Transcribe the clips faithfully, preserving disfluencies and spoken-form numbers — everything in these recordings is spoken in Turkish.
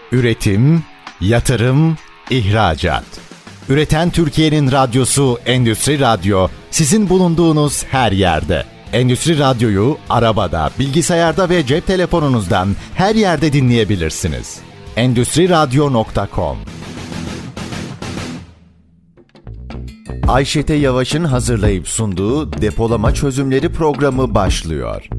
Üretim, yatırım, ihracat. Üreten Türkiye'nin radyosu Endüstri Radyo, sizin bulunduğunuz her yerde. Endüstri Radyo'yu arabada, bilgisayarda ve cep telefonunuzdan her yerde dinleyebilirsiniz. endüstri radyo nokta com. Ayşete Yavaş'ın hazırlayıp sunduğu Depolama Çözümleri programı başlıyor.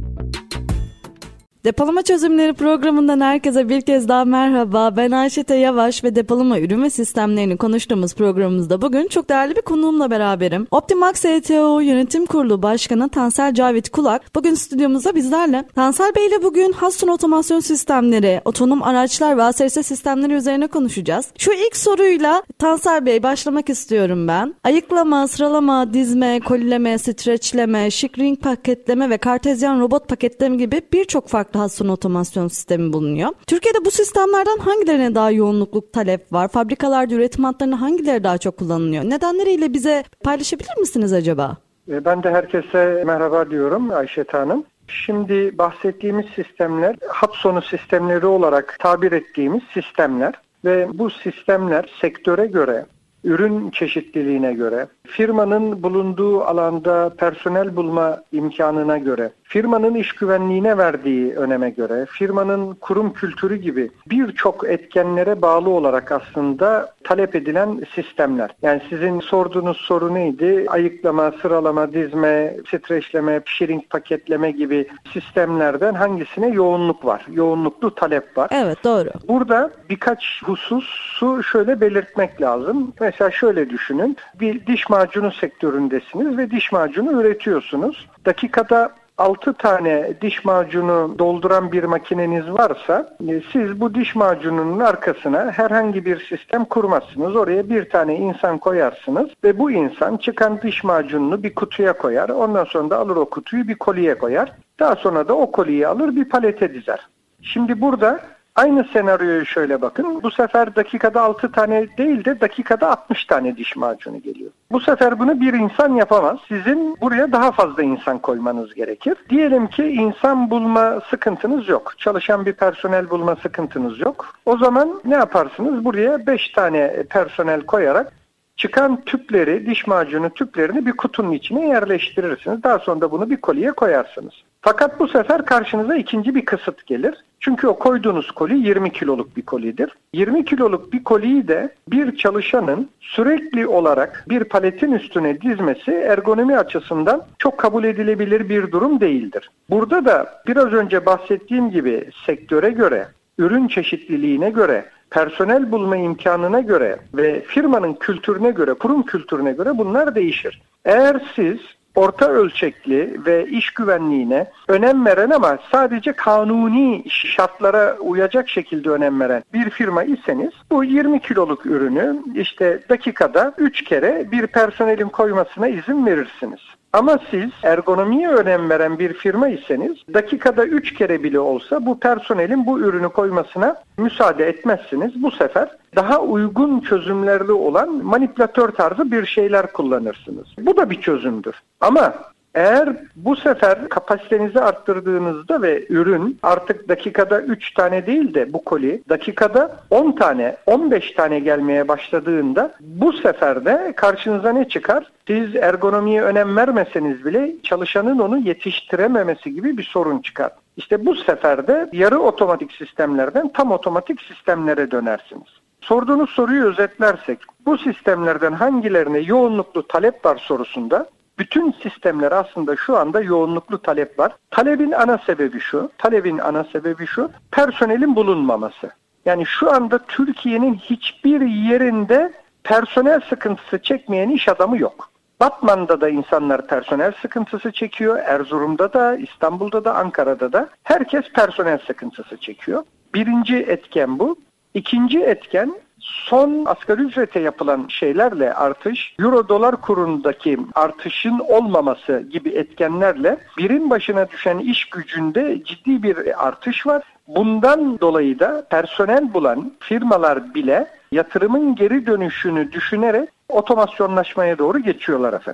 Depolama Çözümleri programından herkese bir kez daha merhaba. Ben Ayşete Yavaş ve depolama ürün ve sistemlerini konuştuğumuz programımızda bugün çok değerli bir konuğumla beraberim. Optimax S T O Yönetim Kurulu Başkanı Tansel Cavit Kulak bugün stüdyomuzda bizlerle. Tansel Bey ile bugün Hudson otomasyon sistemleri, otonom araçlar ve A S S sistemleri üzerine konuşacağız. Şu ilk soruyla Tansel Bey başlamak istiyorum ben. Ayıklama, sıralama, dizme, kolileme, streçleme, shrink paketleme ve kartezyen robot paketleme gibi birçok farklı Hudson otomasyon sistemi bulunuyor. Türkiye'de bu sistemlerden hangilerine daha yoğunlukluk talep var? Fabrikalarda üretim hatlarında hangileri daha çok kullanılıyor? Nedenleriyle bize paylaşabilir misiniz acaba? Ben de herkese merhaba diyorum Ayşete Hanım. Şimdi bahsettiğimiz sistemler Hudson sistemleri olarak tabir ettiğimiz sistemler ve bu sistemler sektöre göre, ürün çeşitliliğine göre, firmanın bulunduğu alanda personel bulma imkanına göre, firmanın iş güvenliğine verdiği öneme göre, firmanın kurum kültürü gibi birçok etkenlere bağlı olarak aslında talep edilen sistemler. Yani sizin sorduğunuz soru neydi? Ayıklama, sıralama, dizme, streçleme, shrink paketleme gibi sistemlerden hangisine yoğunluk var? Yoğunluklu talep var. Evet, doğru. Burada birkaç hususu şöyle belirtmek lazım. Mesela şöyle düşünün. Bir diş macunu sektöründesiniz ve diş macunu üretiyorsunuz. Dakikada altı tane diş macunu dolduran bir makineniz varsa siz bu diş macununun arkasına herhangi bir sistem kurmazsınız. Oraya bir tane insan koyarsınız ve bu insan çıkan diş macununu bir kutuya koyar. Ondan sonra da alır o kutuyu bir koliye koyar. Daha sonra da o koliyi alır bir palete dizer. Şimdi burada aynı senaryoya şöyle bakın. Bu sefer dakikada altı tane değil de dakikada altmış tane diş macunu geliyor. Bu sefer bunu bir insan yapamaz. Sizin buraya daha fazla insan koymanız gerekir. Diyelim ki insan bulma sıkıntınız yok. Çalışan bir personel bulma sıkıntınız yok. O zaman ne yaparsınız? Buraya beş tane personel koyarak çıkan tüpleri, diş macunu tüplerini bir kutunun içine yerleştirirsiniz. Daha sonra da bunu bir koliye koyarsınız. Fakat bu sefer karşınıza ikinci bir kısıt gelir. Çünkü o koyduğunuz koli yirmi kiloluk bir kolidir. yirmi kiloluk bir koliyi de bir çalışanın sürekli olarak bir paletin üstüne dizmesi ergonomi açısından çok kabul edilebilir bir durum değildir. Burada da biraz önce bahsettiğim gibi sektöre göre, ürün çeşitliliğine göre, personel bulma imkanına göre ve firmanın kültürüne göre, kurum kültürüne göre bunlar değişir. Eğer siz orta ölçekli ve iş güvenliğine önem veren ama sadece kanuni şartlara uyacak şekilde önem veren bir firma iseniz bu yirmi kiloluk ürünü işte dakikada üç kere bir personelin koymasına izin verirsiniz. Ama siz ergonomiye önem veren bir firma iseniz dakikada üç kere bile olsa bu personelin bu ürünü koymasına müsaade etmezsiniz. Bu sefer daha uygun çözümlerli olan manipülatör tarzı bir şeyler kullanırsınız. Bu da bir çözümdür. Ama eğer bu sefer kapasitenizi arttırdığınızda ve ürün artık dakikada üç tane değil de bu koli dakikada on tane, on beş tane gelmeye başladığında bu sefer de karşınıza ne çıkar? Siz ergonomiye önem vermeseniz bile çalışanın onu yetiştirememesi gibi bir sorun çıkar. İşte bu sefer de yarı otomatik sistemlerden tam otomatik sistemlere dönersiniz. Sorduğunuz soruyu özetlersek, bu sistemlerden hangilerine yoğunluklu talep var sorusunda, bütün sistemler aslında şu anda yoğunluklu talep var. Talebin ana sebebi şu, talebin ana sebebi şu, personelin bulunmaması. Yani şu anda Türkiye'nin hiçbir yerinde personel sıkıntısı çekmeyen iş adamı yok. Batman'da da insanlar personel sıkıntısı çekiyor, Erzurum'da da, İstanbul'da da, Ankara'da da herkes personel sıkıntısı çekiyor. Birinci etken bu. İkinci etken, son asgari ücrete yapılan şeylerle artış, euro dolar kurundaki artışın olmaması gibi etkenlerle birim başına düşen iş gücünde ciddi bir artış var. Bundan dolayı da personel bulan firmalar bile yatırımın geri dönüşünü düşünerek otomasyonlaşmaya doğru geçiyorlar efendim.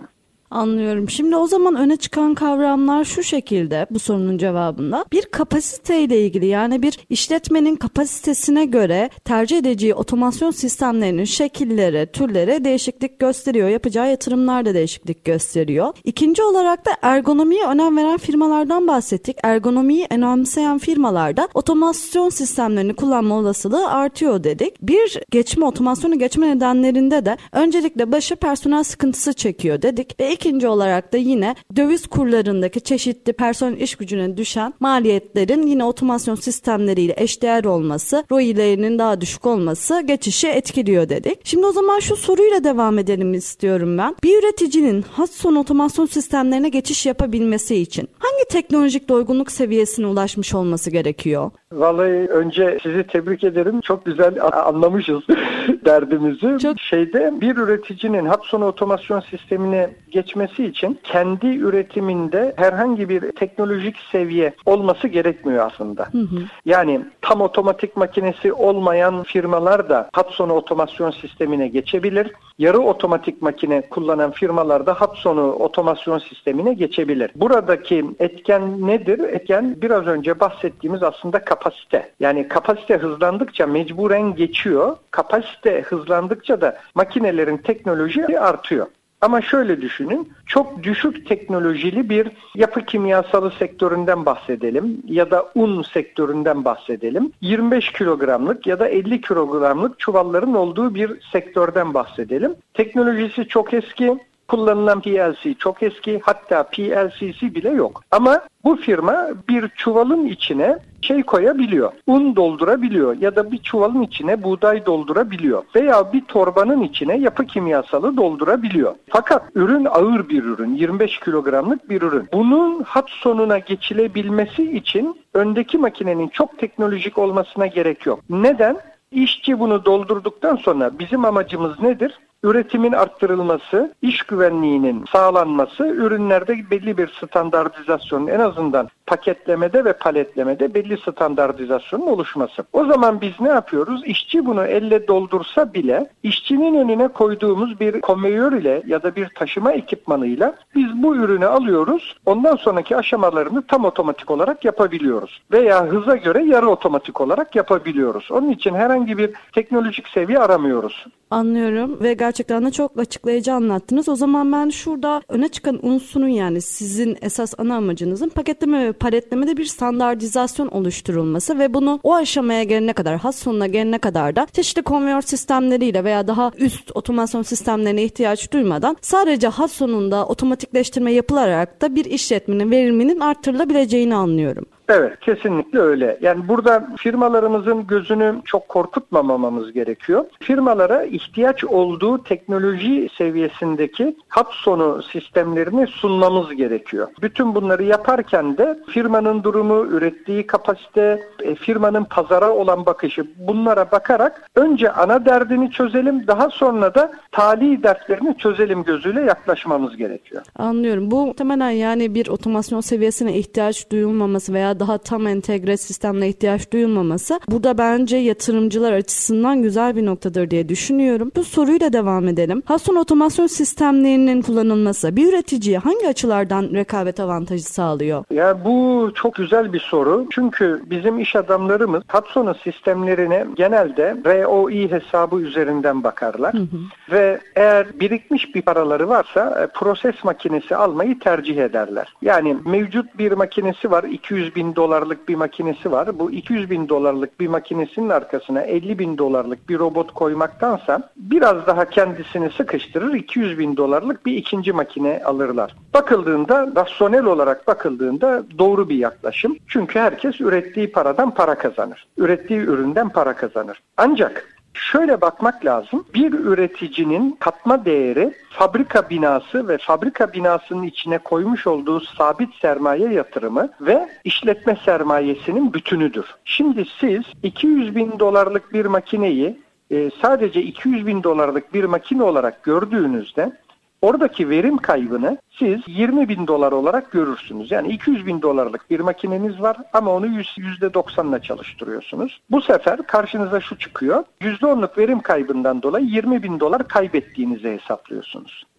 Anlıyorum. Şimdi o zaman öne çıkan kavramlar şu şekilde bu sorunun cevabında. Bir kapasiteyle ilgili, yani bir işletmenin kapasitesine göre tercih edeceği otomasyon sistemlerinin şekilleri, türleri değişiklik gösteriyor. Yapacağı yatırımlar da değişiklik gösteriyor. İkinci olarak da ergonomiye önem veren firmalardan bahsettik. Ergonomiyi önemseyen firmalarda otomasyon sistemlerini kullanma olasılığı artıyor dedik. Bir geçme, otomasyonu geçme nedenlerinde de öncelikle başı personel sıkıntısı çekiyor dedik ve İkinci olarak da yine döviz kurlarındaki çeşitli personel iş gücüne düşen maliyetlerin yine otomasyon sistemleriyle eşdeğer olması, R O İ'lerinin daha düşük olması geçişi etkiliyor dedik. Şimdi o zaman şu soruyla devam edelim istiyorum ben. Bir üreticinin hat sonu otomasyon sistemlerine geçiş yapabilmesi için hangi teknolojik doygunluk seviyesine ulaşmış olması gerekiyor? Vallahi önce sizi tebrik ederim. Çok güzel anlamışız derdimizi. Çok... Şeyde bir üreticinin hat sonu otomasyon sistemine geçmesi için kendi üretiminde herhangi bir teknolojik seviye olması gerekmiyor aslında. Hı hı. Yani tam otomatik makinesi olmayan firmalar da hat sonu otomasyon sistemine geçebilir. Yarı otomatik makine kullanan firmalar da hat sonu otomasyon sistemine geçebilir. Buradaki etken nedir? Etken biraz önce bahsettiğimiz aslında kapasite. Yani kapasite hızlandıkça mecburen geçiyor. Kapasite hızlandıkça da makinelerin teknoloji artıyor. Ama şöyle düşünün, çok düşük teknolojili bir yapı kimyasalı sektöründen bahsedelim ya da un sektöründen bahsedelim. yirmi beş kilogramlık ya da elli kilogramlık çuvalların olduğu bir sektörden bahsedelim. Teknolojisi çok eski, kullanılan P L C çok eski, hatta P L C'si bile yok. Ama bu firma bir çuvalın içine şey koyabiliyor, un doldurabiliyor ya da bir çuvalın içine buğday doldurabiliyor veya bir torbanın içine yapı kimyasalı doldurabiliyor. Fakat ürün ağır bir ürün, yirmi beş kilogramlık bir ürün. Bunun hat sonuna geçilebilmesi için öndeki makinenin çok teknolojik olmasına gerek yok. Neden? İşçi bunu doldurduktan sonra bizim amacımız nedir? Üretimin arttırılması, iş güvenliğinin sağlanması, ürünlerde belli bir standartizasyonun, en azından paketlemede ve paletlemede belli standartizasyonun oluşması. O zaman biz ne yapıyoruz? İşçi bunu elle doldursa bile işçinin önüne koyduğumuz bir konveyör ile ya da bir taşıma ekipmanıyla biz bu ürünü alıyoruz. Ondan sonraki aşamalarını tam otomatik olarak yapabiliyoruz. Veya hıza göre yarı otomatik olarak yapabiliyoruz. Onun için herhangi bir teknolojik seviye aramıyoruz. Anlıyorum ve gerçekten de çok açıklayıcı anlattınız. O zaman ben şurada öne çıkan unsurun, yani sizin esas ana amacınızın paketleme ve paletlemede bir standartizasyon oluşturulması ve bunu o aşamaya gelene kadar, hat sonuna gelene kadar da çeşitli konveyör sistemleriyle veya daha üst otomasyon sistemlerine ihtiyaç duymadan sadece hat sonunda otomatikleştirme yapılarak da bir işletmenin veriminin arttırılabileceğini anlıyorum. Evet, kesinlikle öyle. Yani burada firmalarımızın gözünü çok korkutmamamamız gerekiyor. Firmalara ihtiyaç olduğu teknoloji seviyesindeki hat sonu sistemlerini sunmamız gerekiyor. Bütün bunları yaparken de firmanın durumu, ürettiği kapasite, firmanın pazara olan bakışı, bunlara bakarak önce ana derdini çözelim, daha sonra da tali dertlerini çözelim gözüyle yaklaşmamız gerekiyor. Anlıyorum. Bu muhtemelen yani bir otomasyon seviyesine ihtiyaç duyulmaması veya daha tam entegre sistemle ihtiyaç duyulmaması burada bence yatırımcılar açısından güzel bir noktadır diye düşünüyorum. Bu soruyla devam edelim. Hat sonu otomasyon sistemlerinin kullanılması bir üreticiye hangi açılardan rekabet avantajı sağlıyor? Ya bu çok güzel bir soru. Çünkü bizim iş adamlarımız hat sonu sistemlerine genelde R O I hesabı üzerinden bakarlar. Hı hı. Ve eğer birikmiş bir paraları varsa proses makinesi almayı tercih ederler. Yani mevcut bir makinesi var, iki yüz bin dolarlık bir makinesi var. Bu iki yüz bin dolarlık bir makinesinin arkasına elli bin dolarlık bir robot koymaktansa biraz daha kendisini sıkıştırır, iki yüz bin dolarlık bir ikinci makine alırlar. Bakıldığında, rasyonel olarak bakıldığında doğru bir yaklaşım. Çünkü herkes ürettiği paradan para kazanır. Ürettiği üründen para kazanır. Ancak şöyle bakmak lazım. Bir üreticinin katma değeri fabrika binası ve fabrika binasının içine koymuş olduğu sabit sermaye yatırımı ve işletme sermayesinin bütünüdür. Şimdi siz iki yüz bin dolarlık bir makineyi e, sadece iki yüz bin dolarlık bir makine olarak gördüğünüzde oradaki verim kaybını siz yirmi bin dolar olarak görürsünüz. Yani iki yüz bin dolarlık bir makineniz var ama onu yüzde doksanla çalıştırıyorsunuz. Bu sefer karşınıza şu çıkıyor. yüzde onluk verim kaybından dolayı yirmi bin dolar kaybettiğinizi hesaplıyorsunuz.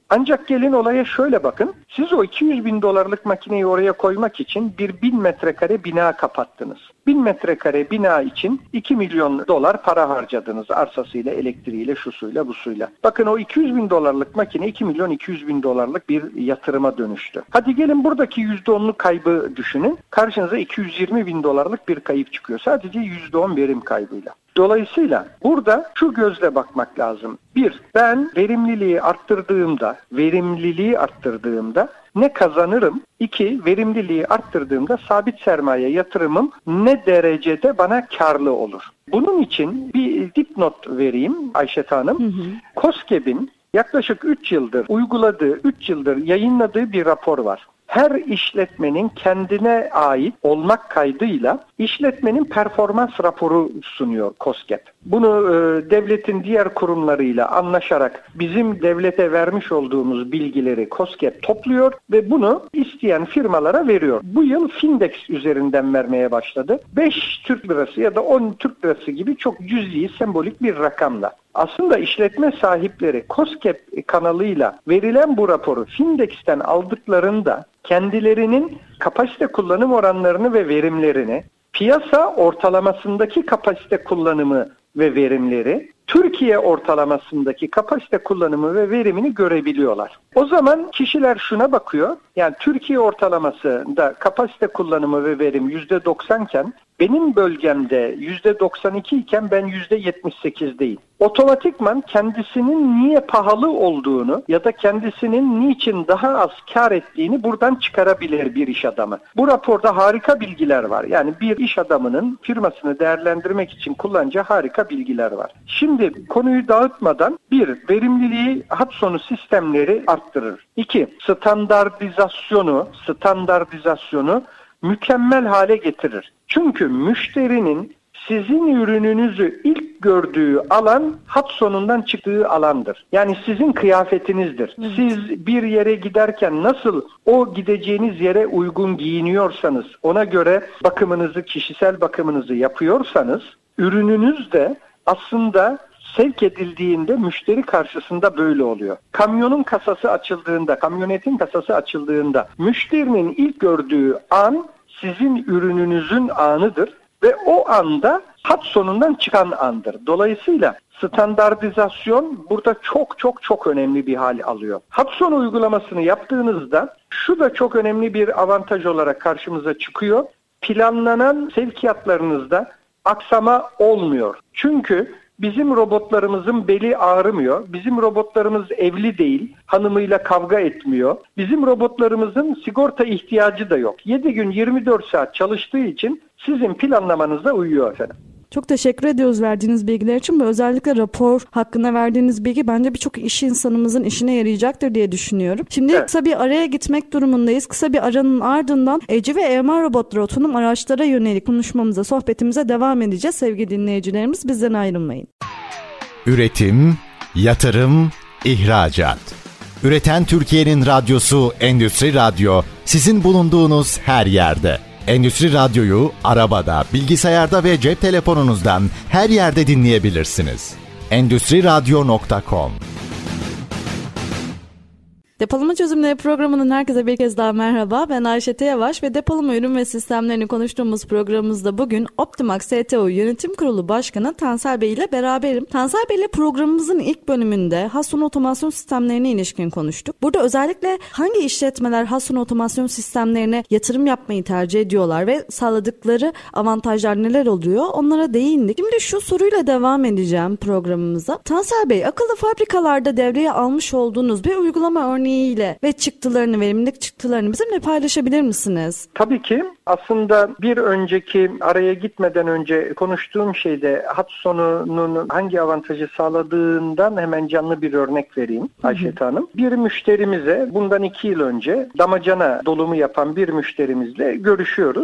Ancak gelin olaya şöyle bakın. Siz o iki yüz bin dolarlık makineyi oraya koymak için bir bin metrekare bina kapattınız. bin metrekare bina için iki milyon dolar para harcadınız arsasıyla, elektriğiyle, şusuyla, busuyla. Bakın o iki yüz bin dolarlık makine iki milyon iki yüz bin dolarlık bir yatırıma dönüştü. Hadi gelin buradaki yüzde onluk kaybı düşünün. Karşınıza iki yüz yirmi bin dolarlık bir kayıp çıkıyor. Sadece yüzde on verim kaybıyla. Dolayısıyla burada şu gözle bakmak lazım. Bir, ben verimliliği arttırdığımda, verimliliği arttırdığımda ne kazanırım? İki, verimliliği arttırdığımda sabit sermaye yatırımım ne derecede bana karlı olur? Bunun için bir dipnot vereyim Ayşet Hanım. Hı hı. KOSGEB'in yaklaşık üç yıldır uyguladığı, üç yıldır yayınladığı bir rapor var. Her işletmenin kendine ait olmak kaydıyla işletmenin performans raporu sunuyor KOSGEB. Bunu e, devletin diğer kurumlarıyla anlaşarak bizim devlete vermiş olduğumuz bilgileri KOSGEB topluyor ve bunu isteyen firmalara veriyor. Bu yıl Findex üzerinden vermeye başladı. beş Türk lirası ya da on Türk lirası gibi çok cüzi, sembolik bir rakamla. Aslında işletme sahipleri KOSGEB kanalıyla verilen bu raporu Findex'ten aldıklarında kendilerinin kapasite kullanım oranlarını ve verimlerini, piyasa ortalamasındaki kapasite kullanımı ve verimleri, Türkiye ortalamasındaki kapasite kullanımı ve verimini görebiliyorlar. O zaman kişiler şuna bakıyor, yani Türkiye ortalamasında kapasite kullanımı ve verim yüzde doksan iken benim bölgemde yüzde doksan iki iken ben yüzde yetmiş sekizdeyim. Otomatikman kendisinin niye pahalı olduğunu ya da kendisinin niçin daha az kar ettiğini buradan çıkarabilir bir iş adamı. Bu raporda harika bilgiler var. Yani bir iş adamının firmasını değerlendirmek için kullanacağı harika bilgiler var. Şimdi konuyu dağıtmadan bir, verimliliği hat sonu sistemleri arttırır. İki, standartizasyonu, standartizasyonu mükemmel hale getirir. Çünkü müşterinin sizin ürününüzü ilk gördüğü alan hat sonundan çıktığı alandır. Yani sizin kıyafetinizdir. Evet. Siz bir yere giderken nasıl o gideceğiniz yere uygun giyiniyorsanız, ona göre bakımınızı, kişisel bakımınızı yapıyorsanız, ürününüz de aslında sevk edildiğinde müşteri karşısında böyle oluyor. Kamyonun kasası açıldığında, kamyonetin kasası açıldığında müşterinin ilk gördüğü an sizin ürününüzün anıdır ve o anda hat sonundan çıkan andır. Dolayısıyla standartizasyon burada çok çok çok önemli bir hal alıyor. Hat sonu uygulamasını yaptığınızda şu da çok önemli bir avantaj olarak karşımıza çıkıyor. Planlanan sevkiyatlarınızda aksama olmuyor. Çünkü bizim robotlarımızın beli ağrımıyor. Bizim robotlarımız evli değil, hanımıyla kavga etmiyor. Bizim robotlarımızın sigorta ihtiyacı da yok. yedi gün yirmi dört saat çalıştığı için sizin planlamanıza uyuyor efendim. Çok teşekkür ediyoruz verdiğiniz bilgiler için ve özellikle rapor hakkında verdiğiniz bilgi bence birçok iş insanımızın işine yarayacaktır diye düşünüyorum. Şimdi evet. Kısa bir araya gitmek durumundayız. Kısa bir aranın ardından E C ve E M R robotları otonom araçlara yönelik konuşmamıza, sohbetimize devam edeceğiz. Sevgili dinleyicilerimiz, bizden ayrılmayın. Üretim, yatırım, ihracat. Üreten Türkiye'nin radyosu Endüstri Radyo, sizin bulunduğunuz her yerde. Endüstri Radyo'yu arabada, bilgisayarda ve cep telefonunuzdan her yerde dinleyebilirsiniz. endüstri radyo nokta com. Depolama Çözümleri programının herkese bir kez daha merhaba. Ben Ayşe Yavaş ve depolama ürün ve sistemlerini konuştuğumuz programımızda bugün Optimax S T O Yönetim Kurulu Başkanı Tansel Bey ile beraberim. Tansel Bey ile programımızın ilk bölümünde has sonu otomasyon sistemlerine ilişkin konuştuk. Burada özellikle hangi işletmeler has sonu otomasyon sistemlerine yatırım yapmayı tercih ediyorlar ve sağladıkları avantajlar neler oluyor, onlara değindik. Şimdi şu soruyla devam edeceğim programımıza. Tansel Bey, akıllı fabrikalarda devreye almış olduğunuz bir uygulama örneği ile ve çıktılarını, verimlilik çıktılarını bizimle paylaşabilir misiniz? Tabii ki. Aslında bir önceki araya gitmeden önce konuştuğum şeyde hat sonunun hangi avantajı sağladığından hemen canlı bir örnek vereyim Ayşe Hanım. Bir müşterimize bundan iki yıl önce damacana dolumu yapan bir müşterimizle görüşüyoruz.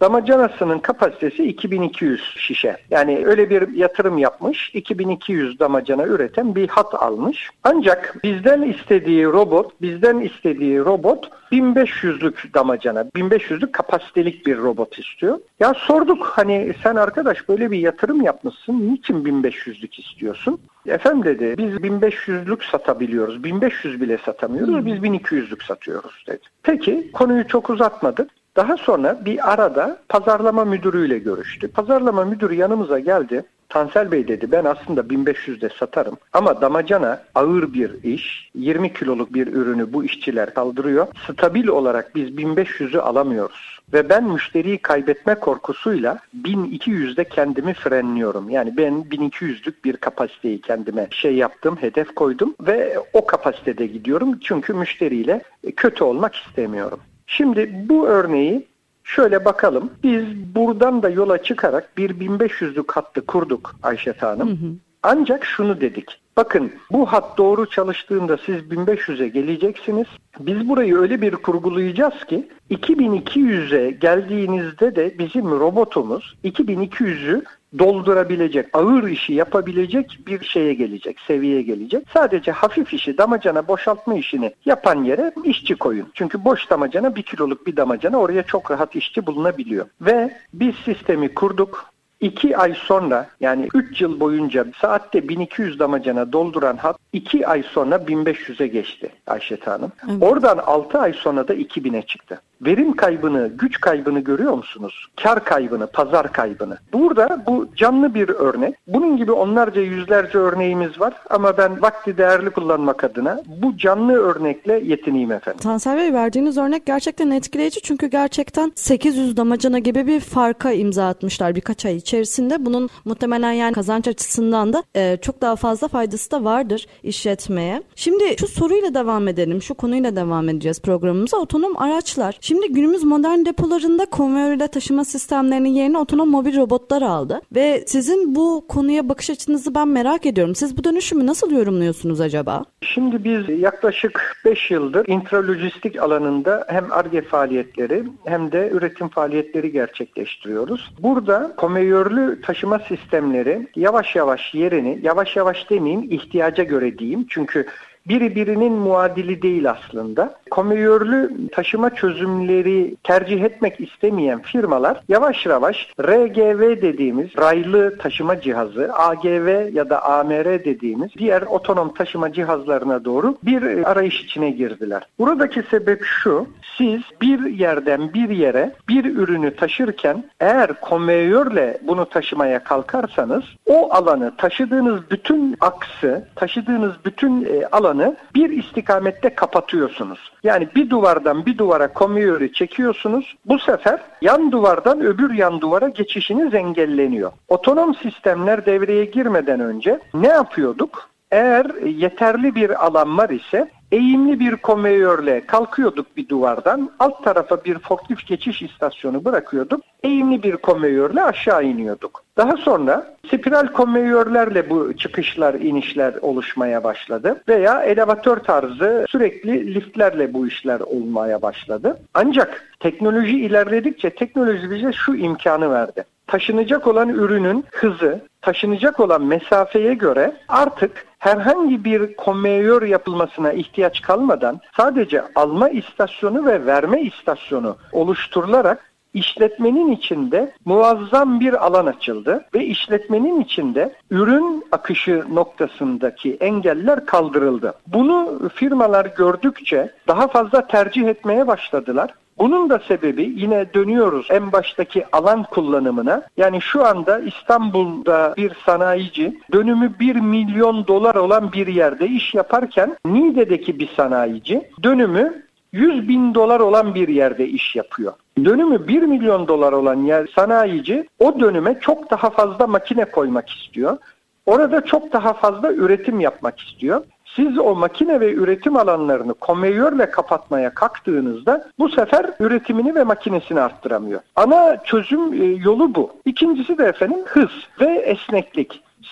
Damacanasının kapasitesi iki bin iki yüz şişe. Yani öyle bir yatırım yapmış, iki bin iki yüz damacana üreten bir hat almış. Ancak bizden istediği robot, bizden istediği robot bin beş yüzlük damacana, bin beş yüzlük kapasitelik bir robot istiyor. Ya sorduk, hani sen arkadaş böyle bir yatırım yapmışsın, niçin bin beş yüzlük istiyorsun? Efendim dedi, biz bin beş yüzlük satabiliyoruz, bin beş yüz bile satamıyoruz, biz bin iki yüzlük satıyoruz dedi. Peki, konuyu çok uzatmadık. Daha sonra bir arada pazarlama müdürüyle görüştü. Pazarlama müdürü yanımıza geldi. Tansel Bey dedi, ben aslında bin beş yüzde satarım ama damacana ağır bir iş. yirmi kiloluk bir ürünü bu işçiler kaldırıyor. Stabil olarak biz bin beş yüzü alamıyoruz. Ve ben müşteriyi kaybetme korkusuyla bin iki yüzde kendimi frenliyorum. Yani ben bin iki yüzlük bir kapasiteyi kendime şey yaptım, hedef koydum ve o kapasitede gidiyorum. Çünkü müşteriyle kötü olmak istemiyorum. Şimdi bu örneği şöyle bakalım. Biz buradan da yola çıkarak bir bin beş yüzlük hattı kurduk Ayşe Hanım. Hı hı. Ancak şunu dedik. Bakın bu hat doğru çalıştığında siz bin beş yüze geleceksiniz. Biz burayı öyle bir kurgulayacağız ki iki bin iki yüze geldiğinizde de bizim robotumuz iki bin iki yüzü doldurabilecek, ağır işi yapabilecek bir şeye gelecek, seviyeye gelecek. Sadece hafif işi, damacana boşaltma işini yapan yere işçi koyun. Çünkü boş damacana, bir kiloluk bir damacana, oraya çok rahat işçi bulunabiliyor. Ve biz sistemi kurduk. İki ay sonra, yani üç yıl boyunca saatte bin iki yüz damacana dolduran hat iki ay sonra bin beş yüze geçti Ayşe Hanım. Evet. Oradan altı ay sonra da iki bine çıktı. Verim kaybını, güç kaybını görüyor musunuz? Kar kaybını, pazar kaybını. Burada bu canlı bir örnek. Bunun gibi onlarca, yüzlerce örneğimiz var ama ben vakti değerli kullanmak adına bu canlı örnekle yetineyim efendim. Tansel Bey, verdiğiniz örnek gerçekten etkileyici çünkü gerçekten sekiz yüz damacana gibi bir farka imza atmışlar birkaç ay içerisinde. Bunun muhtemelen yani kazanç açısından da e, çok daha fazla faydası da vardır işletmeye. Şimdi şu soruyla devam edelim, şu konuyla devam edeceğiz programımıza. Otonom araçlar. Şimdi günümüz modern depolarında konveyörle taşıma sistemlerinin yerine otonom mobil robotlar aldı. Ve sizin bu konuya bakış açınızı ben merak ediyorum. Siz bu dönüşümü nasıl yorumluyorsunuz acaba? Şimdi biz yaklaşık beş yıldır intralojistik alanında hem Ar-Ge faaliyetleri hem de üretim faaliyetleri gerçekleştiriyoruz. Burada konveyörlü taşıma sistemleri yavaş yavaş yerini, yavaş yavaş demeyeyim, ihtiyaca göre diyeyim. Çünkü biri birinin muadili değil aslında. Konveyörlü taşıma çözümleri tercih etmek istemeyen firmalar yavaş yavaş R G V dediğimiz raylı taşıma cihazı, A G V ya da A M R dediğimiz diğer otonom taşıma cihazlarına doğru bir arayış içine girdiler. Buradaki sebep şu: siz bir yerden bir yere bir ürünü taşırken eğer konveyörle bunu taşımaya kalkarsanız o alanı, taşıdığınız bütün aksı, taşıdığınız bütün alanı bir istikamette kapatıyorsunuz. Yani bir duvardan bir duvara konveyörü çekiyorsunuz. Bu sefer yan duvardan öbür yan duvara geçişiniz engelleniyor. Otonom sistemler devreye girmeden önce ne yapıyorduk? Eğer yeterli bir alan var ise eğimli bir konveyörle kalkıyorduk bir duvardan, alt tarafa bir forklift geçiş istasyonu bırakıyorduk, eğimli bir konveyörle aşağı iniyorduk. Daha sonra spiral konveyörlerle bu çıkışlar, inişler oluşmaya başladı veya elevatör tarzı sürekli liftlerle bu işler olmaya başladı. Ancak teknoloji ilerledikçe teknoloji bize şu imkanı verdi. Taşınacak olan ürünün hızı, taşınacak olan mesafeye göre artık herhangi bir konveyör yapılmasına ihtiyaç kalmadan sadece alma istasyonu ve verme istasyonu oluşturularak işletmenin içinde muazzam bir alan açıldı ve işletmenin içinde ürün akışı noktasındaki engeller kaldırıldı. Bunu firmalar gördükçe daha fazla tercih etmeye başladılar. Bunun da sebebi, yine dönüyoruz en baştaki alan kullanımına. Yani şu anda İstanbul'da bir sanayici dönümü bir milyon dolar olan bir yerde iş yaparken Niğde'deki bir sanayici dönümü yüz bin dolar olan bir yerde iş yapıyor. Dönümü bir milyon dolar olan yer sanayici o dönüme çok daha fazla makine koymak istiyor. Orada çok daha fazla üretim yapmak istiyor. Siz o makine ve üretim alanlarını konveyörle kapatmaya kalktığınızda bu sefer üretimini ve makinesini arttıramıyor. Ana çözüm yolu bu. İkincisi de efendim hız ve esneklik.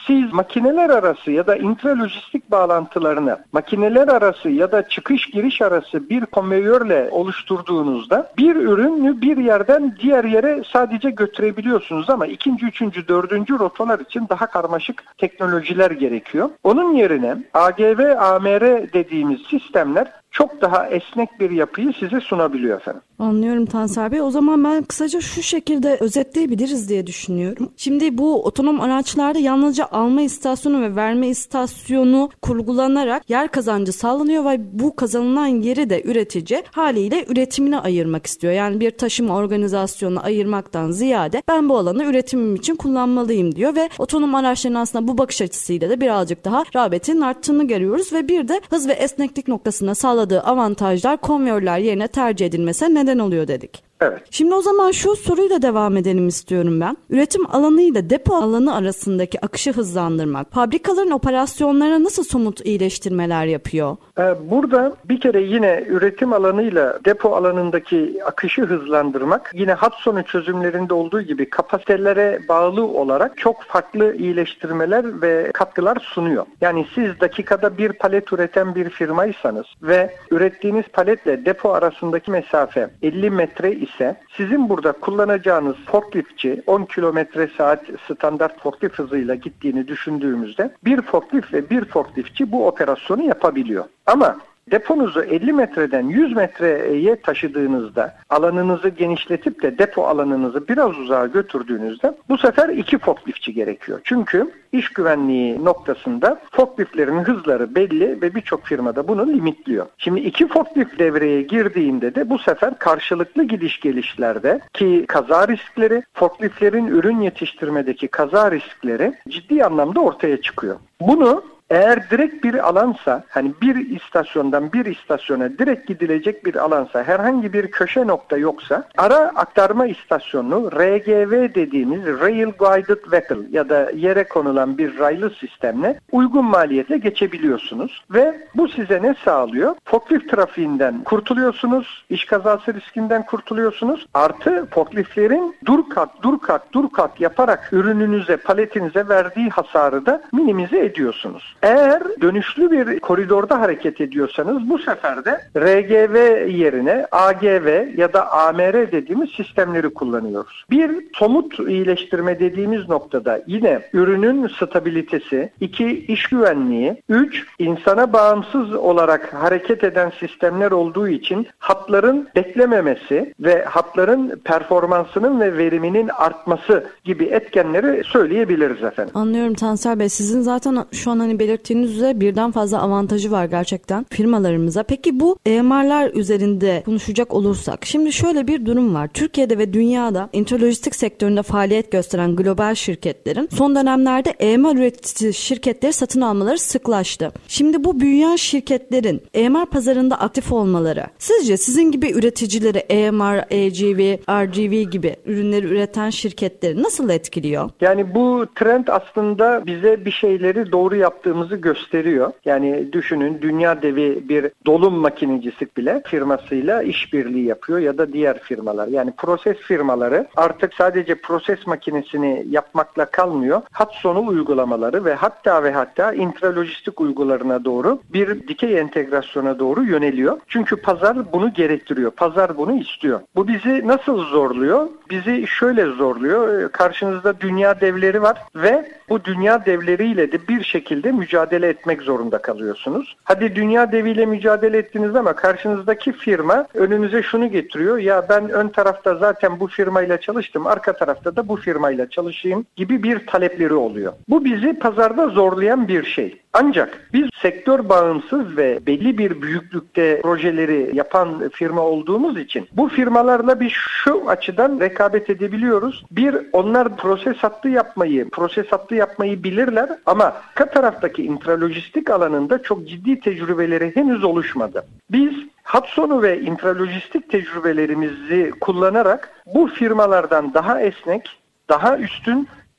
siz makineler arası ya da intralojistik bağlantılarını makineler arası ya da çıkış giriş arası bir konveyörle oluşturduğunuzda bir ürünü bir yerden diğer yere sadece götürebiliyorsunuz ama ikinci, üçüncü, dördüncü rotalar için daha karmaşık teknolojiler gerekiyor. Onun yerine A G V, A M R dediğimiz sistemler çok daha esnek bir yapıyı size sunabiliyor efendim. Anlıyorum Tansel Bey. O zaman ben kısaca şu şekilde özetleyebiliriz diye düşünüyorum. Şimdi bu otonom araçlarda yalnızca alma istasyonu ve verme istasyonu kurgulanarak yer kazancı sağlanıyor ve bu kazanılan yeri de üretici haliyle üretimine ayırmak istiyor. Yani bir taşıma organizasyonuna ayırmaktan ziyade ben bu alanı üretimim için kullanmalıyım diyor ve otonom araçların aslında bu bakış açısıyla da birazcık daha rağbetin arttığını görüyoruz ve bir de hız ve esneklik noktasında sağladığı avantajlar konveyörler yerine tercih edilmesine neden oluyor dedik. Evet. Şimdi o zaman şu soruyla devam edelim istiyorum ben. Üretim alanı ile depo alanı arasındaki akışı hızlandırmak, fabrikaların operasyonlarına nasıl somut iyileştirmeler yapıyor? Burada bir kere yine üretim alanıyla depo alanındaki akışı hızlandırmak, yine hat sonu çözümlerinde olduğu gibi kapasitelere bağlı olarak çok farklı iyileştirmeler ve katkılar sunuyor. Yani siz dakikada bir palet üreten bir firmaysanız ve ürettiğiniz paletle depo arasındaki mesafe elli metre ise sizin burada kullanacağınız forkliftçi on kilometre saat standart forklift hızıyla gittiğini düşündüğümüzde bir forklift ve bir forkliftçi bu operasyonu yapabiliyor. Ama deponuzu elli metreden yüz metreye taşıdığınızda, alanınızı genişletip de depo alanınızı biraz uzağa götürdüğünüzde bu sefer iki forkliftçi gerekiyor. Çünkü iş güvenliği noktasında forkliftlerin hızları belli ve birçok firmada bunu limitliyor. Şimdi iki forklift devreye girdiğinde de bu sefer karşılıklı gidiş gelişlerde ki kaza riskleri, forkliftlerin ürün yetiştirmedeki kaza riskleri ciddi anlamda ortaya çıkıyor. Bunu eğer direkt bir alansa, hani bir istasyondan bir istasyona direkt gidilecek bir alansa, herhangi bir köşe nokta yoksa, ara aktarma istasyonunu R G V dediğimiz Rail Guided Vehicle ya da yere konulan bir raylı sistemle uygun maliyetle geçebiliyorsunuz. Ve bu size ne sağlıyor? Forklift trafiğinden kurtuluyorsunuz, iş kazası riskinden kurtuluyorsunuz. Artı forkliftlerin dur kalk, dur kalk, dur kalk yaparak ürününüze, paletinize verdiği hasarı da minimize ediyorsunuz. Eğer dönüşlü bir koridorda hareket ediyorsanız bu sefer de R G V yerine A G V ya da A M R dediğimiz sistemleri kullanıyoruz. Bir somut iyileştirme dediğimiz noktada yine ürünün stabilitesi, iki iş güvenliği, üç insana bağımsız olarak hareket eden sistemler olduğu için hatların beklememesi ve hatların performansının ve veriminin artması gibi etkenleri söyleyebiliriz efendim. Anlıyorum Tansel Bey. Sizin zaten şu an hani belirttiğiniz üzere birden fazla avantajı var gerçekten firmalarımıza. Peki bu E M R'lar üzerinde konuşacak olursak, şimdi şöyle bir durum var. Türkiye'de ve dünyada intralojistik sektöründe faaliyet gösteren global şirketlerin son dönemlerde E M R üretici şirketleri satın almaları sıklaştı. Şimdi bu büyüyen şirketlerin E M R pazarında aktif olmaları sizce sizin gibi üreticileri E M R, E G V, R G V gibi ürünleri üreten şirketleri nasıl etkiliyor? Yani bu trend aslında bize bir şeyleri doğru yaptığımızı gösteriyor. Yani düşünün, dünya devi bir dolum makinecisi bile firmasıyla işbirliği yapıyor ya da diğer firmalar. Yani proses firmaları artık sadece proses makinesini yapmakla kalmıyor. Hat sonu uygulamaları ve hatta ve hatta intralojistik uygularına doğru bir dikey entegrasyona doğru yöneliyor. Çünkü pazar bunu gerektiriyor. Pazar bunu istiyor. Bu bizi nasıl zorluyor? Bizi şöyle zorluyor. Karşınızda dünya devleri var ve bu dünya devleriyle de bir şekilde mücadele etmek zorunda kalıyorsunuz. Hadi dünya deviyle mücadele ettiniz ama karşınızdaki firma önünüze şunu getiriyor. Ya ben ön tarafta zaten bu firmayla çalıştım, arka tarafta da bu firmayla çalışayım gibi bir talepleri oluyor. Bu bizi pazarda zorlayan bir şey. Ancak biz sektör bağımsız ve belli bir büyüklükte projeleri yapan firma olduğumuz için bu firmalarla bir şu açıdan rekabet edebiliyoruz. Bir, onlar proses hattı yapmayı, proses hattı yapmayı bilirler ama arka taraftaki intralojistik alanında çok ciddi tecrübeleri henüz oluşmadı. Biz hat sonu ve intralojistik tecrübelerimizi kullanarak bu firmalardan daha esnek, daha üstün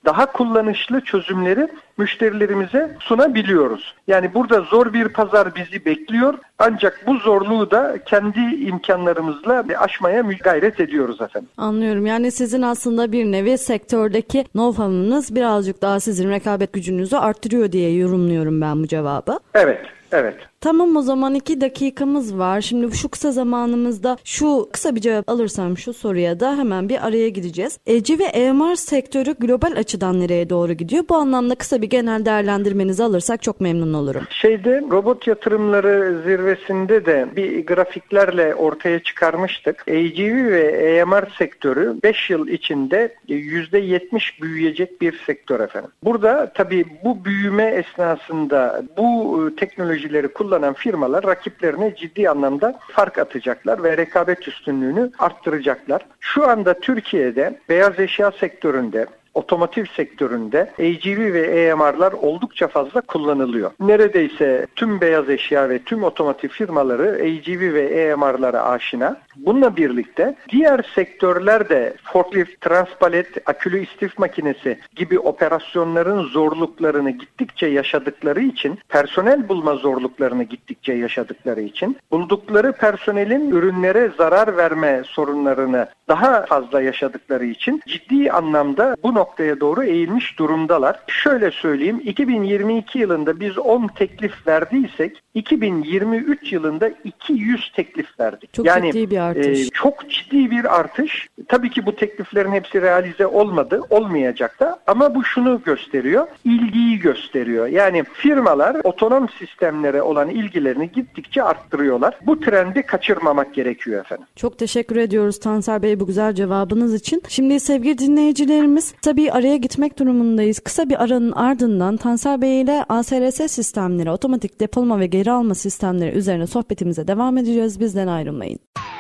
daha kullanışlı çözümleri müşterilerimize sunabiliyoruz. Yani burada zor bir pazar bizi bekliyor. Ancak bu zorluğu da kendi imkanlarımızla aşmaya gayret ediyoruz efendim. Anlıyorum. Yani sizin aslında bir nevi sektördeki know-how'ınız birazcık daha sizin rekabet gücünüzü arttırıyor diye yorumluyorum ben bu cevabı. Evet, evet. Tamam, o zaman iki dakikamız var. Şimdi şu kısa zamanımızda şu kısa bir cevap alırsam şu soruya da hemen bir araya gideceğiz. E C ve E M R sektörü global açıdan nereye doğru gidiyor? Bu anlamda kısa bir genel değerlendirmenizi alırsak çok memnun olurum. Şeyde robot yatırımları zirvesinde de bir grafiklerle ortaya çıkarmıştık. E C V ve E M R sektörü beş yıl içinde yüzde yetmiş büyüyecek bir sektör efendim. Burada tabii bu büyüme esnasında bu teknolojileri kullanan firmalar rakiplerine ciddi anlamda fark atacaklar ve rekabet üstünlüğünü arttıracaklar. Şu anda Türkiye'de beyaz eşya sektöründe, otomotiv sektöründe E C V ve E M R'lar oldukça fazla kullanılıyor. Neredeyse tüm beyaz eşya ve tüm otomotiv firmaları E C V ve E M R'lara aşina. Bununla birlikte diğer sektörler de forklift, transpalet, akülü istif makinesi gibi operasyonların zorluklarını gittikçe yaşadıkları için, personel bulma zorluklarını gittikçe yaşadıkları için, buldukları personelin ürünlere zarar verme sorunlarını daha fazla yaşadıkları için ciddi anlamda bu noktaya doğru eğilmiş durumdalar. Şöyle söyleyeyim, iki bin yirmi iki yılında biz on teklif verdiysek, iki bin yirmi üç yılında iki yüz teklif verdik. Çok yani, ciddi bir artış. E, çok ciddi bir artış. Tabii ki bu tekliflerin hepsi realize olmadı, olmayacak da, ama bu şunu gösteriyor, ilgiyi gösteriyor. Yani firmalar otonom sistemlere olan ilgilerini gittikçe arttırıyorlar. Bu trendi kaçırmamak gerekiyor efendim. Çok teşekkür ediyoruz Tansel Bey bu güzel cevabınız için. Şimdi sevgili dinleyicilerimiz, tabii araya gitmek durumundayız. Kısa bir aranın ardından Tansel Bey ile A S R S sistemleri, otomatik depolama ve geri alma sistemleri üzerine sohbetimize devam edeceğiz. Bizden ayrılmayın.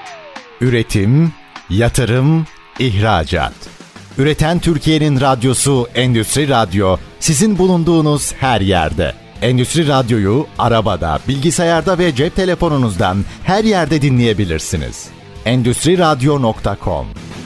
Üretim, yatırım, ihracat. Üreten Türkiye'nin radyosu Endüstri Radyo, sizin bulunduğunuz her yerde. Endüstri Radyo'yu arabada, bilgisayarda ve cep telefonunuzdan her yerde dinleyebilirsiniz. endüstri radyo nokta com.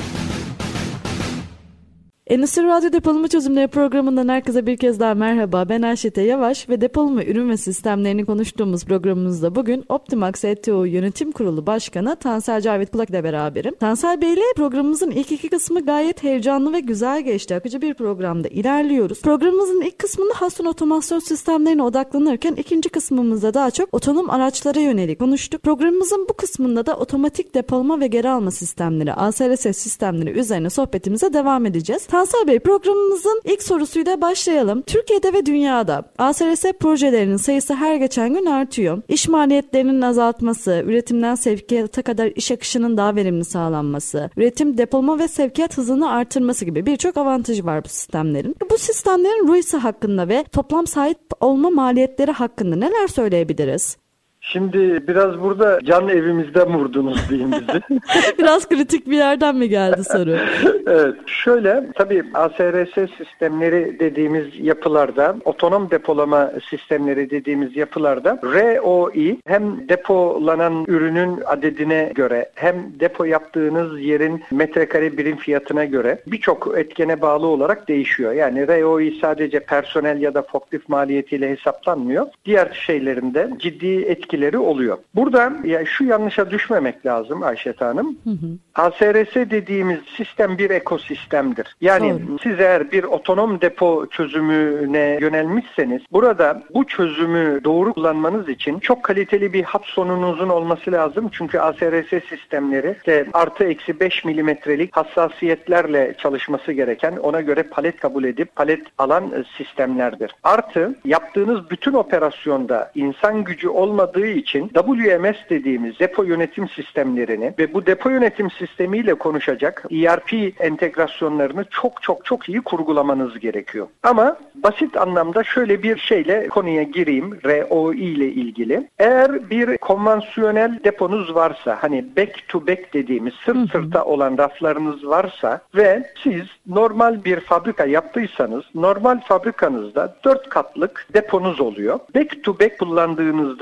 Endüstri Radyo Depolama Çözümleri programından herkese bir kez daha merhaba. Ben Ayşe Yavaş ve depolama ürün ve sistemlerini konuştuğumuz programımızda bugün Optimax E T O Yönetim Kurulu Başkanı Tansel Cavit Kulak ile beraberim. Tansel Bey ile programımızın ilk iki kısmı gayet heyecanlı ve güzel geçti. Akıcı bir programda ilerliyoruz. Programımızın ilk kısmında Hasun otomasyon sistemlerine odaklanırken ikinci kısmımızda daha çok otonom araçlara yönelik konuştuk. Programımızın bu kısmında da otomatik depolama ve geri alma sistemleri, A S R S sistemleri üzerine sohbetimize devam edeceğiz. Tansel Bey, programımızın ilk sorusuyla başlayalım. Türkiye'de ve dünyada A S R S projelerinin sayısı her geçen gün artıyor. İş maliyetlerinin azaltması, üretimden sevkiyata kadar iş akışının daha verimli sağlanması, üretim, depolama ve sevkiyat hızını artırması gibi birçok avantajı var bu sistemlerin. Bu sistemlerin R O I'si hakkında ve toplam sahip olma maliyetleri hakkında neler söyleyebiliriz? Şimdi biraz burada can evimizden vurdunuz diyeyim bizi. Biraz kritik bir yerden mi geldi soru? Evet, şöyle tabii A S R S sistemleri dediğimiz yapılarda, otonom depolama sistemleri dediğimiz yapılarda R O I hem depolanan ürünün adedine göre hem depo yaptığınız yerin metrekare birim fiyatına göre birçok etkene bağlı olarak değişiyor. Yani R O I sadece personel ya da forklift maliyetiyle hesaplanmıyor. Diğer şeylerinde ciddi etki oluyor. Burada ya şu yanlışa düşmemek lazım Ayşe Hanım. Hı hı. A S R S dediğimiz sistem bir ekosistemdir. Yani Doğru. siz eğer bir otonom depo çözümüne yönelmişseniz burada bu çözümü doğru kullanmanız için çok kaliteli bir hat sonunuzun olması lazım. Çünkü A S R S sistemleri işte artı eksi beş milimetrelik hassasiyetlerle çalışması gereken, ona göre palet kabul edip palet alan sistemlerdir. Artı yaptığınız bütün operasyonda insan gücü olmadığı için W M S dediğimiz depo yönetim sistemlerini ve bu depo yönetim sistemiyle konuşacak E R P entegrasyonlarını çok çok çok iyi kurgulamanız gerekiyor. Ama basit anlamda şöyle bir şeyle konuya gireyim, R O I ile ilgili. Eğer bir konvansiyonel deponuz varsa, hani back to back dediğimiz sırt hı hı. sırta olan raflarınız varsa ve siz normal bir fabrika yaptıysanız, normal fabrikanızda dört katlık deponuz oluyor. Back to back kullandığınızda bu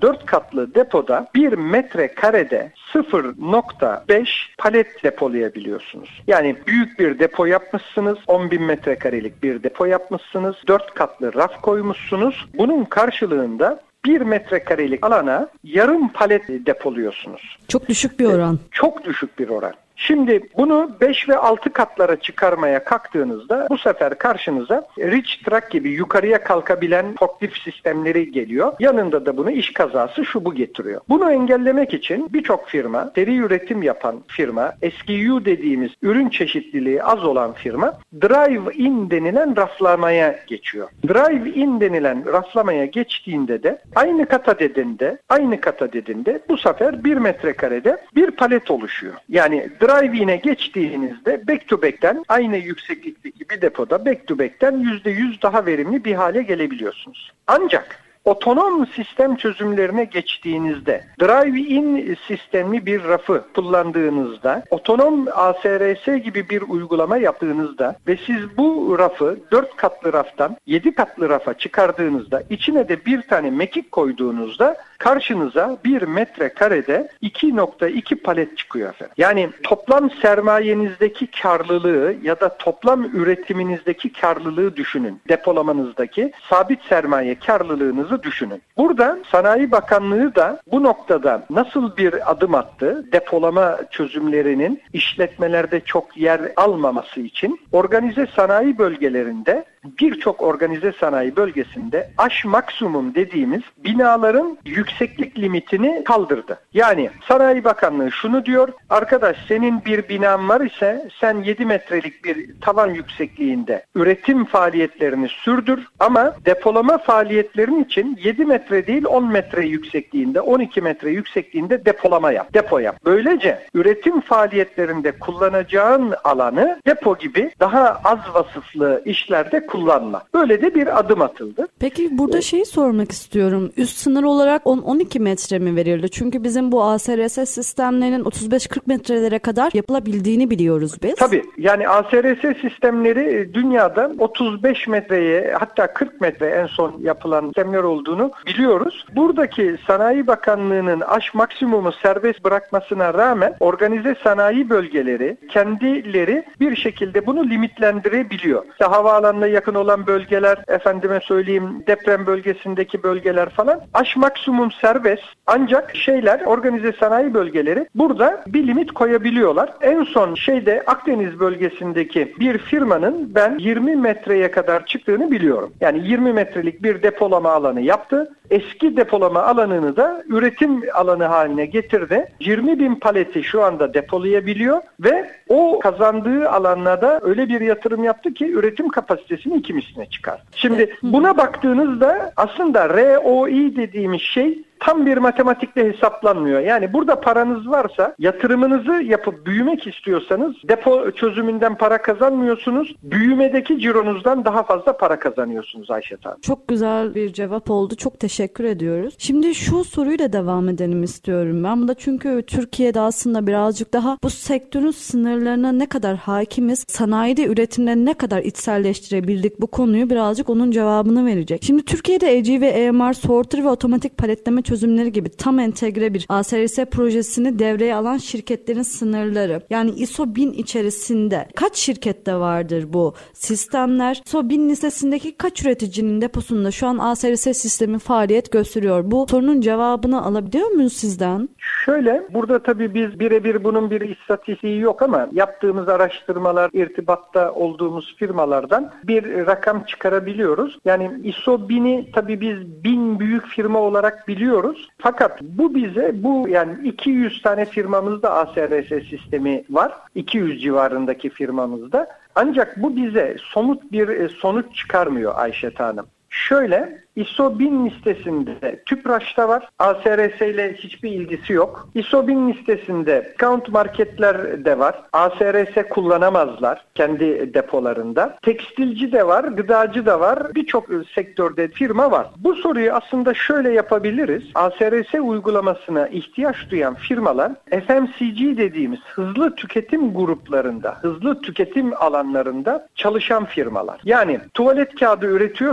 dört katlı depoda bir metrekarede sıfır nokta beş palet depolayabiliyorsunuz. Yani büyük bir depo yapmışsınız, on bin metrekarelik bir depo yapmışsınız, dört katlı raf koymuşsunuz. Bunun karşılığında bir metrekarelik alana yarım palet depoluyorsunuz. Çok düşük bir oran. Çok düşük bir oran. Şimdi bunu beş ve altı katlara çıkarmaya kalktığınızda bu sefer karşınıza reach track gibi yukarıya kalkabilen forklift sistemleri geliyor. Yanında da bunu iş kazası şu bu getiriyor. Bunu engellemek için birçok firma, seri üretim yapan firma, S K U dediğimiz ürün çeşitliliği az olan firma drive-in denilen raflamaya geçiyor. Drive-in denilen raflamaya geçtiğinde de aynı kata dedinde, aynı kata dedinde bu sefer bir metrekarede bir palet oluşuyor. Yani drive-in'e geçtiğinizde back to back'ten aynı yükseklikteki bir depoda back to back'ten yüzde yüz daha verimli bir hale gelebiliyorsunuz. Ancak otonom sistem çözümlerine geçtiğinizde, drive-in sistemli bir rafı kullandığınızda, otonom A S R S gibi bir uygulama yaptığınızda ve siz bu rafı dört katlı raftan yedi katlı rafa çıkardığınızda, içine de bir tane mekik koyduğunuzda karşınıza bir metrekarede iki nokta iki palet çıkıyor efendim. Yani toplam sermayenizdeki karlılığı ya da toplam üretiminizdeki karlılığı düşünün. Depolamanızdaki sabit sermaye karlılığınızı düşünün. Burada Sanayi Bakanlığı da bu noktada nasıl bir adım attı? Depolama çözümlerinin işletmelerde çok yer almaması için organize sanayi bölgelerinde, birçok organize sanayi bölgesinde aş maksimum dediğimiz binaların yükseklik limitini kaldırdı. Yani Sanayi Bakanlığı şunu diyor, arkadaş senin bir binan var ise sen yedi metrelik bir tavan yüksekliğinde üretim faaliyetlerini sürdür ama depolama faaliyetlerin için yedi metre değil on metre yüksekliğinde, on iki metre yüksekliğinde depolama yap, depo yap. Böylece üretim faaliyetlerinde kullanacağın alanı depo gibi daha az vasıflı işlerde kullanma. Böyle de bir adım atıldı. Peki burada evet. şeyi sormak istiyorum. Üst sınır olarak on on iki metre mi verildi? Çünkü bizim bu A S R S sistemlerinin otuz beş kırk metrelere kadar yapılabildiğini biliyoruz biz. Tabii. Yani A S R S sistemleri dünyada otuz beş metreye hatta kırk metre en son yapılan sistemler olduğunu biliyoruz. Buradaki Sanayi Bakanlığı'nın aş maksimumu serbest bırakmasına rağmen organize sanayi bölgeleri kendileri bir şekilde bunu limitlendirebiliyor. İşte havaalanına yakın olan bölgeler, efendime söyleyeyim deprem bölgesindeki bölgeler falan aş maksimum serbest, ancak şeyler organize sanayi bölgeleri burada bir limit koyabiliyorlar. En son şeyde Akdeniz bölgesindeki bir firmanın ben yirmi metreye kadar çıktığını biliyorum. Yani yirmi metrelik bir depolama alanı yaptı. Eski depolama alanını da üretim alanı haline getirdi. yirmi bin paleti şu anda depolayabiliyor ve o kazandığı alanlarda öyle bir yatırım yaptı ki üretim kapasitesini iki misline çıkar. Şimdi buna baktığınızda aslında R O I dediğimiz şey tam bir matematikle hesaplanmıyor. Yani burada paranız varsa yatırımınızı yapıp büyümek istiyorsanız depo çözümünden para kazanmıyorsunuz. Büyümedeki cironuzdan daha fazla para kazanıyorsunuz Ayşe Hanım. Çok güzel bir cevap oldu. Çok teşekkür ediyoruz. Şimdi şu soruyla devam edelim istiyorum ben. Bu da çünkü Türkiye'de aslında birazcık daha bu sektörün sınırlarına ne kadar hakimiz, sanayide üretimleri ne kadar içselleştirebildik bu konuyu birazcık onun cevabını verecek. Şimdi Türkiye'de E G ve E M R, sorter ve otomatik paletleme çözümleri gibi tam entegre bir A S R S projesini devreye alan şirketlerin sınırları, yani I S O bin içerisinde kaç şirkette vardır bu sistemler? I S O bin listesindeki kaç üreticinin deposunda şu an A S R S sistemi faaliyet gösteriyor? Bu sorunun cevabını alabiliyor muyuz sizden? Şöyle, burada tabii biz birebir bunun bir istatistiği yok ama yaptığımız araştırmalar, irtibatta olduğumuz firmalardan bir rakam çıkarabiliyoruz. Yani I S O bini tabii biz bin büyük firma olarak biliyoruz. Fakat bu bize bu yani iki yüz tane firmamızda A S R S sistemi var. iki yüz civarındaki firmamızda. Ancak bu bize somut bir sonuç çıkarmıyor Ayşe Hanım. Şöyle, I S O bin listesinde TÜPRAŞ'ta var. A S R S ile hiçbir ilgisi yok. I S O bin listesinde discount marketler de var. A S R S kullanamazlar kendi depolarında. Tekstilci de var, gıdacı da var. Birçok sektörde firma var. Bu soruyu aslında şöyle yapabiliriz. A S R S uygulamasına ihtiyaç duyan firmalar F M C G dediğimiz hızlı tüketim gruplarında, hızlı tüketim alanlarında çalışan firmalar. Yani tuvalet kağıdı üretiyorsanız,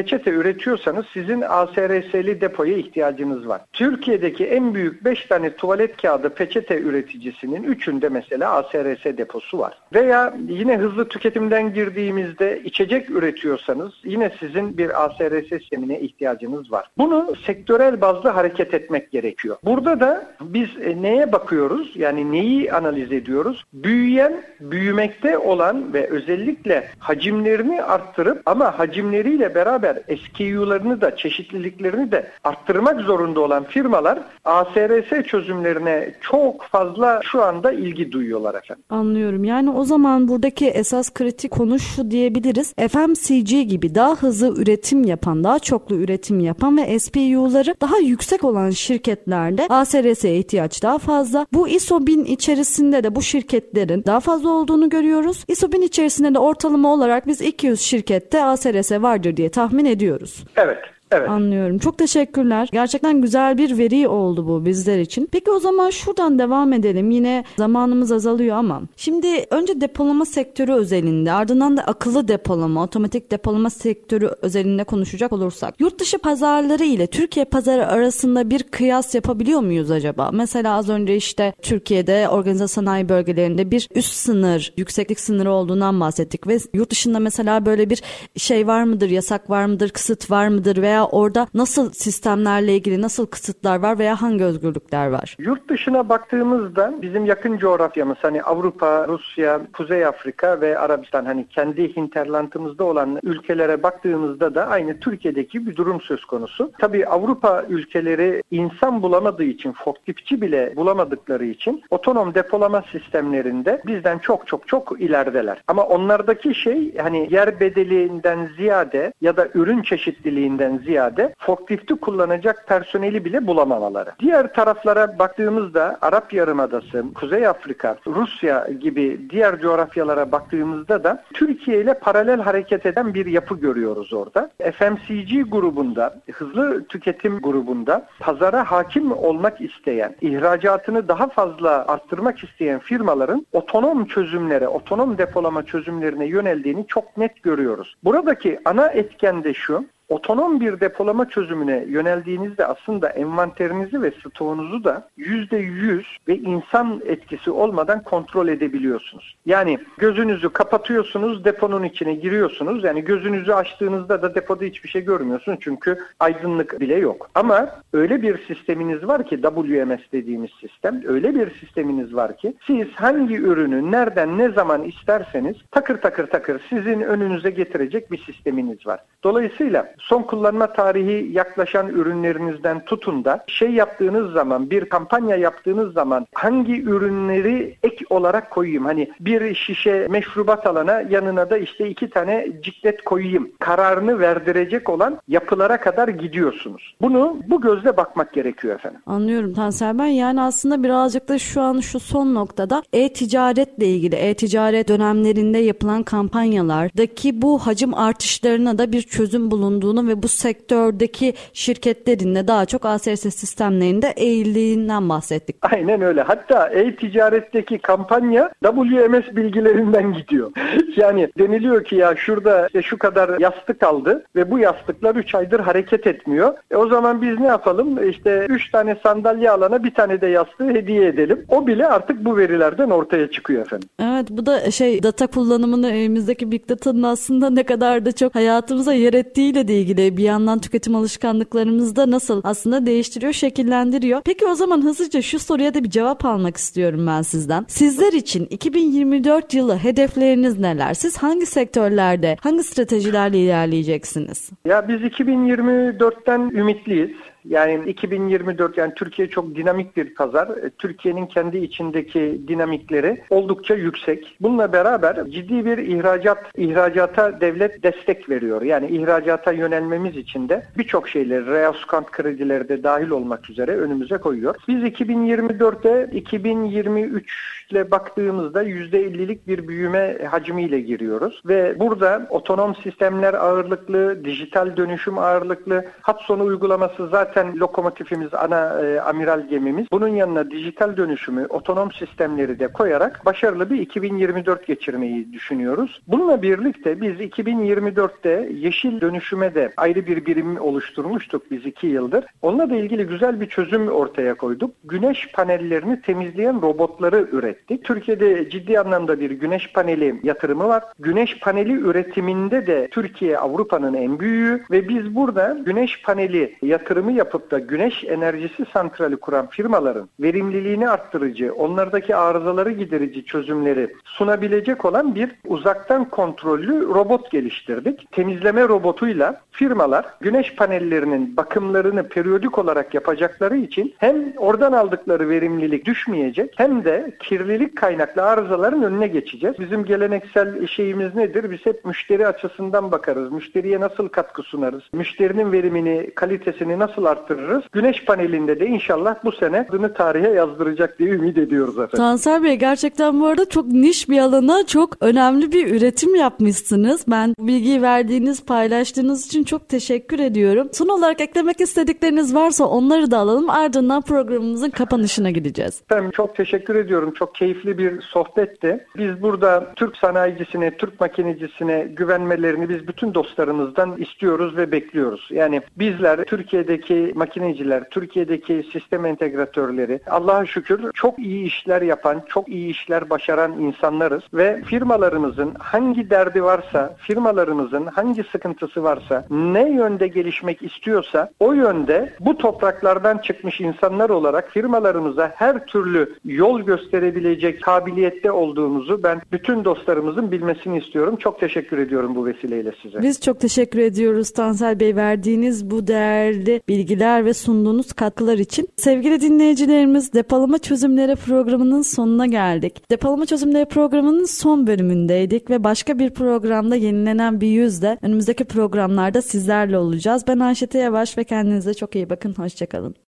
peçete üretiyorsanız sizin A S R S'li depoya ihtiyacınız var. Türkiye'deki en büyük beş tane tuvalet kağıdı peçete üreticisinin üçünde mesela A S R S deposu var. Veya yine hızlı tüketimden girdiğimizde içecek üretiyorsanız yine sizin bir A S R S sistemine ihtiyacınız var. Bunu sektörel bazda hareket etmek gerekiyor. Burada da biz neye bakıyoruz? Yani neyi analiz ediyoruz? Büyüyen, büyümekte olan ve özellikle hacimlerini arttırıp ama hacimleriyle beraber S K U'larını da çeşitliliklerini de arttırmak zorunda olan firmalar A S R S çözümlerine çok fazla şu anda ilgi duyuyorlar efendim. Anlıyorum. Yani o zaman buradaki esas kritik konu şu diyebiliriz. F M C G gibi daha hızlı üretim yapan, daha çoklu üretim yapan ve S P U'ları daha yüksek olan şirketlerde A S R S'ye ihtiyaç daha fazla. Bu I S O bin içerisinde de bu şirketlerin daha fazla olduğunu görüyoruz. I S O bin içerisinde de ortalama olarak biz iki yüz şirkette A S R S vardır diye tahmin ediyoruz. Evet. Evet. Anlıyorum. Çok teşekkürler. Gerçekten güzel bir veri oldu bu bizler için. Peki o zaman şuradan devam edelim. Yine zamanımız azalıyor ama. Şimdi önce depolama sektörü özelinde, ardından da akıllı depolama, otomatik depolama sektörü özelinde konuşacak olursak. Yurt dışı pazarları ile Türkiye pazarı arasında bir kıyas yapabiliyor muyuz acaba? Mesela az önce işte Türkiye'de organize sanayi bölgelerinde bir üst sınır, yükseklik sınırı olduğundan bahsettik ve yurt dışında mesela böyle bir şey var mıdır, yasak var mıdır, kısıt var mıdır veya orada nasıl sistemlerle ilgili nasıl kısıtlar var veya hangi özgürlükler var? Yurt dışına baktığımızda bizim yakın coğrafyamız hani Avrupa, Rusya, Kuzey Afrika ve Arabistan hani kendi hinterlandımızda olan ülkelere baktığımızda da aynı Türkiye'deki bir durum söz konusu. Tabii Avrupa ülkeleri insan bulamadığı için, forkliftçi bile bulamadıkları için otonom depolama sistemlerinde bizden çok çok çok ilerideler. Ama onlardaki şey hani yer bedelinden ziyade ya da ürün çeşitliliğinden ziyade ziyade forklifti kullanacak personeli bile bulamamaları. Diğer taraflara baktığımızda Arap Yarımadası, Kuzey Afrika, Rusya gibi diğer coğrafyalara baktığımızda da Türkiye ile paralel hareket eden bir yapı görüyoruz orada. F M C G grubunda, hızlı tüketim grubunda pazara hakim olmak isteyen, ihracatını daha fazla arttırmak isteyen firmaların otonom çözümlere, otonom depolama çözümlerine yöneldiğini çok net görüyoruz. Buradaki ana etken de şu: otonom bir depolama çözümüne yöneldiğinizde aslında envanterinizi ve stoğunuzu da yüzde yüz ve insan etkisi olmadan kontrol edebiliyorsunuz. Yani gözünüzü kapatıyorsunuz, deponun içine giriyorsunuz. Yani gözünüzü açtığınızda da depoda hiçbir şey görmüyorsunuz çünkü aydınlık bile yok. Ama öyle bir sisteminiz var ki, W M S dediğimiz sistem, öyle bir sisteminiz var ki siz hangi ürünü nereden ne zaman isterseniz takır takır takır sizin önünüze getirecek bir sisteminiz var. Dolayısıyla son kullanma tarihi yaklaşan ürünlerinizden tutun da şey yaptığınız zaman, bir kampanya yaptığınız zaman hangi ürünleri ek olarak koyayım? Hani bir şişe meşrubat alana yanına da işte iki tane ciklet koyayım kararını verdirecek olan yapılara kadar gidiyorsunuz. Bunu bu gözle bakmak gerekiyor efendim. Anlıyorum Tansel Bey. Yani aslında birazcık da şu an şu son noktada e-ticaretle ilgili, e-ticaret dönemlerinde yapılan kampanyalardaki bu hacim artışlarına da bir çözüm bulunduğunu ve bu sektördeki şirketlerin de daha çok A S R S sistemlerinde eğildiğinden bahsettik. Aynen öyle. Hatta e-ticaretteki kampanya W M S bilgilerinden gidiyor. Yani deniliyor ki ya şurada işte şu kadar yastık kaldı ve bu yastıklar üç aydır hareket etmiyor. E o zaman biz ne yapalım? İşte üç tane sandalye alana bir tane de yastığı hediye edelim. O bile artık bu verilerden ortaya çıkıyor efendim. Evet, bu da şey, data kullanımını, elimizdeki big data'nın aslında ne kadar da çok hayatımıza yer ettiğiyle de ilgili, bir yandan tüketim alışkanlıklarımızda nasıl aslında değiştiriyor, şekillendiriyor. Peki o zaman hızlıca şu soruya da bir cevap almak istiyorum ben sizden. Sizler için iki bin yirmi dört yılı hedefleriniz neler? Siz hangi sektörlerde, hangi stratejilerle ilerleyeceksiniz? Ya biz iki bin yirmi dörtten ümitliyiz. Yani iki bin yirmi dört, yani Türkiye çok dinamik bir pazar. Türkiye'nin kendi içindeki dinamikleri oldukça yüksek. Bununla beraber ciddi bir ihracat, ihracata devlet destek veriyor. Yani ihracata yönelmemiz için de birçok şeyleri, reaskant kredileri de dahil olmak üzere önümüze koyuyor. Biz iki bin yirmi dörtte iki bin yirmi üç ile baktığımızda yüzde ellilik bir büyüme hacmiyle giriyoruz. Ve burada otonom sistemler ağırlıklı, dijital dönüşüm ağırlıklı, hat sonu uygulaması zaten zaten lokomotifimiz, ana e, amiral gemimiz. Bunun yanına dijital dönüşümü, otonom sistemleri de koyarak başarılı bir iki bin yirmi dört geçirmeyi düşünüyoruz. Bununla birlikte biz iki bin yirmi dörtte yeşil dönüşüme de ayrı bir birim oluşturmuştuk biz iki yıldır. Onunla da ilgili güzel bir çözüm ortaya koyduk. Güneş panellerini temizleyen robotları ürettik. Türkiye'de ciddi anlamda bir güneş paneli yatırımı var. Güneş paneli üretiminde de Türkiye Avrupa'nın en büyüğü ve biz burada güneş paneli yatırımı yapıp da güneş enerjisi santrali kuran firmaların verimliliğini arttırıcı, onlardaki arızaları giderici çözümleri sunabilecek olan bir uzaktan kontrollü robot geliştirdik. Temizleme robotuyla firmalar güneş panellerinin bakımlarını periyodik olarak yapacakları için hem oradan aldıkları verimlilik düşmeyecek hem de kirlilik kaynaklı arızaların önüne geçeceğiz. Bizim geleneksel şeyimiz nedir? Biz hep müşteri açısından bakarız. Müşteriye nasıl katkı sunarız? Müşterinin verimini, kalitesini nasıl arttırırız? Güneş panelinde de inşallah bu sene adını tarihe yazdıracak diye ümit ediyoruz efendim. Tansel Bey, gerçekten bu arada çok niş bir alana çok önemli bir üretim yapmışsınız. Ben bu bilgiyi verdiğiniz, paylaştığınız için çok teşekkür ediyorum. Son olarak eklemek istedikleriniz varsa onları da alalım. Ardından programımızın kapanışına gideceğiz. Efendim çok teşekkür ediyorum. Çok keyifli bir sohbetti. Biz burada Türk sanayicisine, Türk makinecisine güvenmelerini biz bütün dostlarımızdan istiyoruz ve bekliyoruz. Yani bizler Türkiye'deki makineciler, Türkiye'deki sistem entegratörleri Allah'a şükür çok iyi işler yapan, çok iyi işler başaran insanlarız ve firmalarımızın hangi derdi varsa, firmalarımızın hangi sıkıntısı varsa, ne yönde gelişmek istiyorsa o yönde bu topraklardan çıkmış insanlar olarak firmalarımıza her türlü yol gösterebilecek kabiliyette olduğumuzu ben bütün dostlarımızın bilmesini istiyorum. Çok teşekkür ediyorum bu vesileyle size. Biz çok teşekkür ediyoruz Tansel Bey, verdiğiniz bu değerli bilgiler ve sunduğunuz katkılar için. Sevgili dinleyicilerimiz, Depolama Çözümleri programının sonuna geldik. Depolama Çözümleri programının son bölümündeydik ve başka bir programda yenilenen bir yüzle önümüzdeki programlarda sizlerle olacağız. Ben Ayşe Yavaş ve kendinize çok iyi bakın. Hoşçakalın.